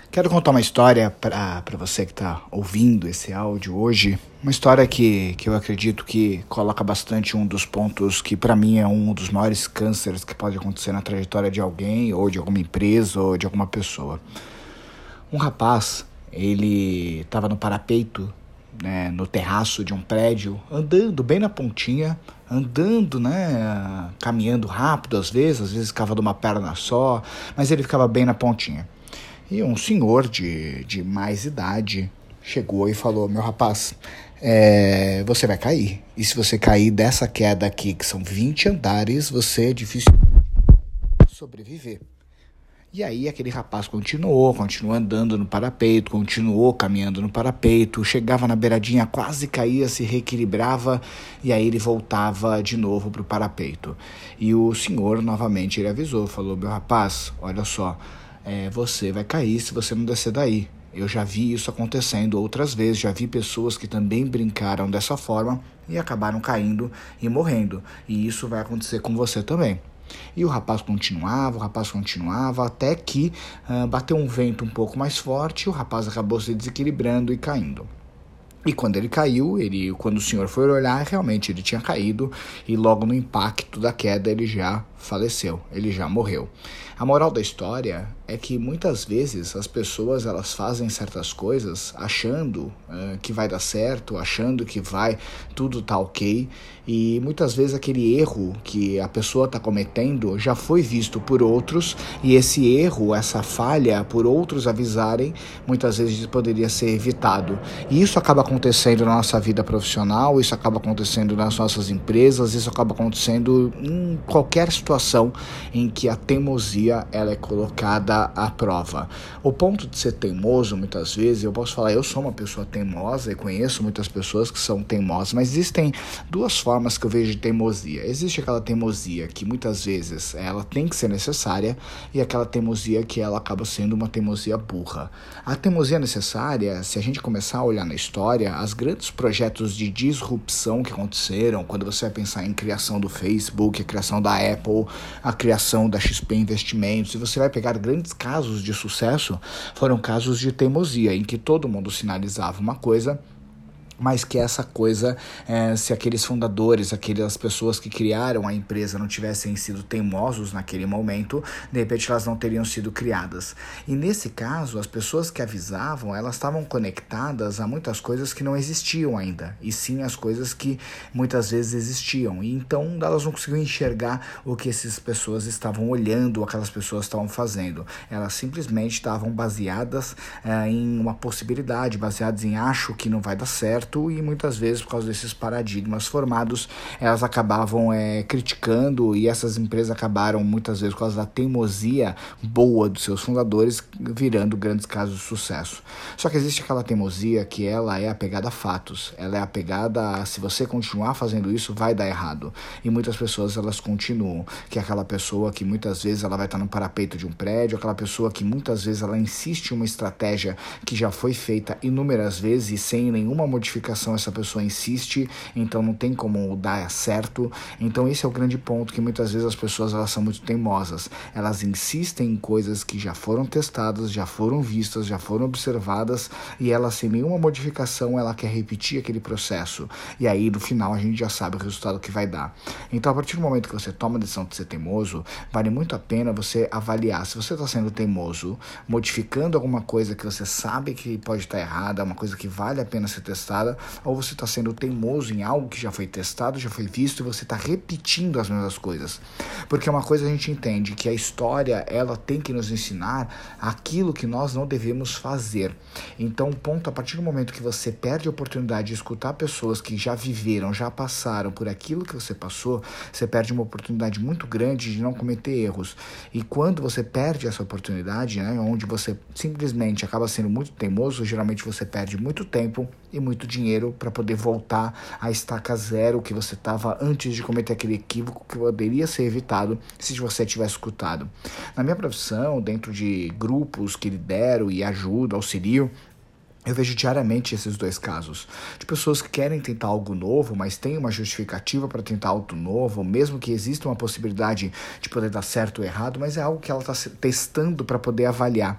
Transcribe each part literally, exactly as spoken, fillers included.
Quero contar uma história para para você que está ouvindo esse áudio hoje. Uma história que, que eu acredito que coloca bastante um dos pontos que para mim é um dos maiores cânceres que pode acontecer na trajetória de alguém, ou de alguma empresa, ou de alguma pessoa. Um rapaz, ele estava no parapeito, né, no terraço de um prédio, andando bem na pontinha, andando, né, caminhando rápido às vezes, às vezes ficava de uma perna só, mas ele ficava bem na pontinha. E um senhor de, de mais idade chegou e falou: meu rapaz, é, você vai cair. E se você cair dessa queda aqui, que são vinte andares, você dificilmente vai sobreviver. E aí aquele rapaz continuou, continuou andando no parapeito, continuou caminhando no parapeito, chegava na beiradinha, quase caía, se reequilibrava e aí ele voltava de novo para o parapeito. E o senhor novamente ele avisou, falou: meu rapaz, olha só, É, você vai cair se você não descer daí. Eu já vi isso acontecendo outras vezes, já vi pessoas que também brincaram dessa forma e acabaram caindo e morrendo. E isso vai acontecer com você também. E o rapaz continuava, o rapaz continuava, até que uh, bateu um vento um pouco mais forte e o rapaz acabou se desequilibrando e caindo. E quando ele caiu, ele, quando o senhor foi olhar, realmente ele tinha caído e logo no impacto da queda ele já faleceu, ele já morreu. A moral da história é que muitas vezes as pessoas elas fazem certas coisas achando uh, que vai dar certo, achando que vai, tudo tá ok, e muitas vezes aquele erro que a pessoa está cometendo já foi visto por outros e esse erro, essa falha, por outros avisarem, muitas vezes poderia ser evitado. E isso acaba acontecendo na nossa vida profissional, isso acaba acontecendo nas nossas empresas, isso acaba acontecendo em qualquer situação em que a teimosia ela é colocada à prova. O ponto de ser teimoso, muitas vezes, eu posso falar, eu sou uma pessoa teimosa e conheço muitas pessoas que são teimosas, mas existem duas formas que eu vejo de teimosia. Existe aquela teimosia que muitas vezes ela tem que ser necessária e aquela teimosia que ela acaba sendo uma teimosia burra. A teimosia necessária, se a gente começar a olhar na história, os grandes projetos de disrupção que aconteceram, quando você vai pensar em criação do Facebook, a criação da Apple, a criação da X P Investimentos, se você vai pegar grandes casos de sucesso, foram casos de teimosia, em que todo mundo sinalizava uma coisa, mas que essa coisa, é, se aqueles fundadores, aquelas pessoas que criaram a empresa não tivessem sido teimosos naquele momento, de repente elas não teriam sido criadas. E nesse caso, as pessoas que avisavam, elas estavam conectadas a muitas coisas que não existiam ainda, e sim as coisas que muitas vezes existiam. E então elas não conseguiam enxergar o que essas pessoas estavam olhando, o que aquelas pessoas estavam fazendo. Elas simplesmente estavam baseadas é, em uma possibilidade, baseadas em acho que não vai dar certo, e muitas vezes por causa desses paradigmas formados elas acabavam é, criticando e essas empresas acabaram muitas vezes por causa da teimosia boa dos seus fundadores virando grandes casos de sucesso. Só que existe aquela teimosia que ela é apegada a fatos, ela é apegada a se você continuar fazendo isso vai dar errado, e muitas pessoas elas continuam, que é aquela pessoa que muitas vezes ela vai estar no parapeito de um prédio, aquela pessoa que muitas vezes ela insiste em uma estratégia que já foi feita inúmeras vezes e sem nenhuma modificação essa pessoa insiste, então não tem como dar certo. Então esse é o grande ponto, que muitas vezes as pessoas elas são muito teimosas, elas insistem em coisas que já foram testadas, já foram vistas, já foram observadas, e ela sem nenhuma modificação ela quer repetir aquele processo, e aí no final a gente já sabe o resultado que vai dar. Então a partir do momento que você toma a decisão de ser teimoso, vale muito a pena você avaliar se você está sendo teimoso, modificando alguma coisa que você sabe que pode estar errada, uma coisa que vale a pena ser testada, ou você está sendo teimoso em algo que já foi testado, já foi visto, e você está repetindo as mesmas coisas. Porque uma coisa a gente entende, que a história ela tem que nos ensinar aquilo que nós não devemos fazer. Então, ponto, a partir do momento que você perde a oportunidade de escutar pessoas que já viveram, já passaram por aquilo que você passou, você perde uma oportunidade muito grande de não cometer erros. E quando você perde essa oportunidade, né, onde você simplesmente acaba sendo muito teimoso, geralmente você perde muito tempo e muito dinheiro para poder voltar à estaca zero que você estava antes de cometer aquele equívoco que poderia ser evitado se você tivesse escutado. Na minha profissão, dentro de grupos que lidero e ajudo, auxilio, eu vejo diariamente esses dois casos, de pessoas que querem tentar algo novo, mas tem uma justificativa para tentar algo novo, mesmo que exista uma possibilidade de poder dar certo ou errado, mas é algo que ela está testando para poder avaliar.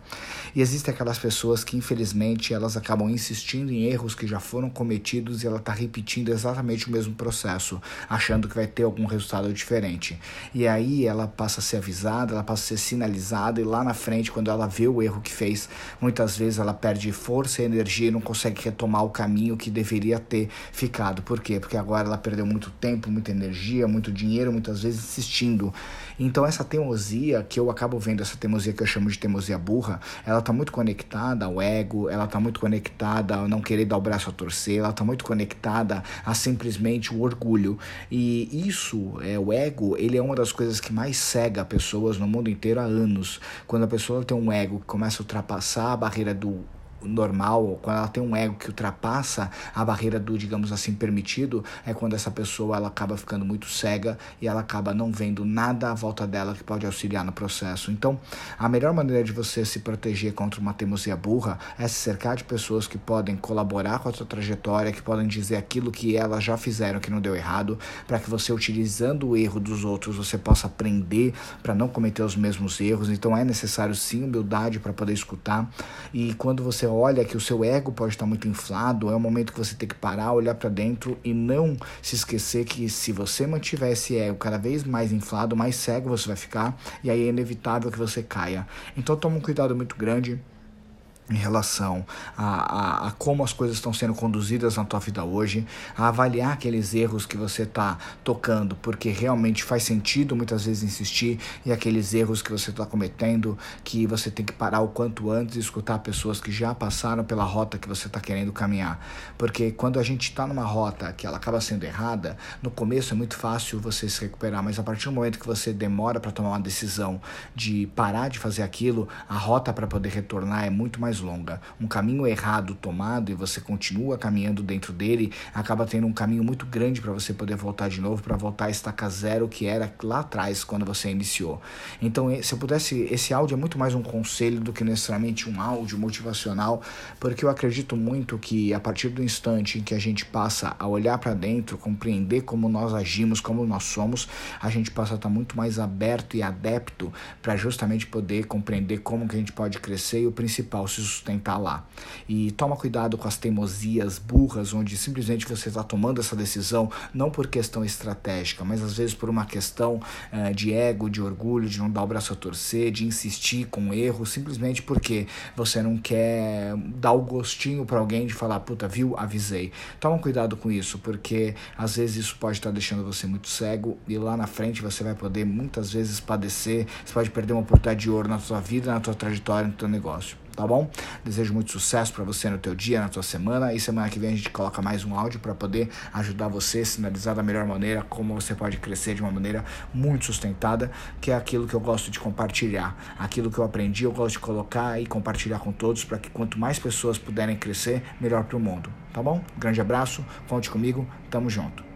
E existem aquelas pessoas que, infelizmente, elas acabam insistindo em erros que já foram cometidos e ela está repetindo exatamente o mesmo processo, achando que vai ter algum resultado diferente. E aí ela passa a ser avisada, ela passa a ser sinalizada, e lá na frente, quando ela vê o erro que fez, muitas vezes ela perde força e energia e não consegue retomar o caminho que deveria ter ficado. Por quê? Porque agora ela perdeu muito tempo, muita energia, muito dinheiro, muitas vezes insistindo. Então essa teimosia, que eu acabo vendo, essa teimosia que eu chamo de teimosia burra, ela está muito conectada ao ego, ela está muito conectada ao não querer dar o braço a torcer, ela está muito conectada a simplesmente o orgulho. E isso, é, o ego, ele é uma das coisas que mais cega pessoas no mundo inteiro há anos. Quando a pessoa tem um ego que começa a ultrapassar a barreira do normal, quando ela tem um ego que ultrapassa a barreira do, digamos assim, permitido, é quando essa pessoa ela acaba ficando muito cega e ela acaba não vendo nada à volta dela que pode auxiliar no processo. Então, a melhor maneira de você se proteger contra uma teimosia burra é se cercar de pessoas que podem colaborar com a sua trajetória, que podem dizer aquilo que elas já fizeram que não deu errado, para que você, utilizando o erro dos outros, você possa aprender para não cometer os mesmos erros. Então é necessário sim humildade para poder escutar, e quando você olha que o seu ego pode estar muito inflado, é o momento que você tem que parar, olhar para dentro e não se esquecer que se você mantiver esse ego cada vez mais inflado, mais cego você vai ficar, e aí é inevitável que você caia. Então toma um cuidado muito grande em relação a, a, a como as coisas estão sendo conduzidas na tua vida hoje, a avaliar aqueles erros que você está tocando, porque realmente faz sentido muitas vezes insistir, e aqueles erros que você está cometendo, que você tem que parar o quanto antes e escutar pessoas que já passaram pela rota que você está querendo caminhar. Porque quando a gente está numa rota que ela acaba sendo errada, no começo é muito fácil você se recuperar, mas a partir do momento que você demora para tomar uma decisão de parar de fazer aquilo, a rota para poder retornar é muito mais longa. Um caminho errado tomado e você continua caminhando dentro dele, acaba tendo um caminho muito grande para você poder voltar de novo, para voltar a estaca zero que era lá atrás quando você iniciou. Então, se eu pudesse, esse áudio é muito mais um conselho do que necessariamente um áudio motivacional, porque eu acredito muito que a partir do instante em que a gente passa a olhar para dentro, compreender como nós agimos, como nós somos, a gente passa a estar muito mais aberto e adepto para justamente poder compreender como que a gente pode crescer e o principal, se sustentar lá. E toma cuidado com as teimosias burras, onde simplesmente você está tomando essa decisão não por questão estratégica, mas às vezes por uma questão uh, de ego, de orgulho, de não dar o braço a torcer, de insistir com o erro, simplesmente porque você não quer dar o gostinho para alguém de falar, puta, viu, avisei. Toma cuidado com isso, porque às vezes isso pode estar deixando você muito cego, e lá na frente você vai poder muitas vezes padecer, você pode perder uma oportunidade de ouro na sua vida, na tua trajetória, no teu negócio. Tá bom? Desejo muito sucesso para você no teu dia, na tua semana, e semana que vem a gente coloca mais um áudio para poder ajudar você a sinalizar da melhor maneira como você pode crescer de uma maneira muito sustentada, que é aquilo que eu gosto de compartilhar. Aquilo que eu aprendi eu gosto de colocar e compartilhar com todos, para que quanto mais pessoas puderem crescer, melhor para o mundo. Tá bom? Grande abraço, conte comigo, tamo junto.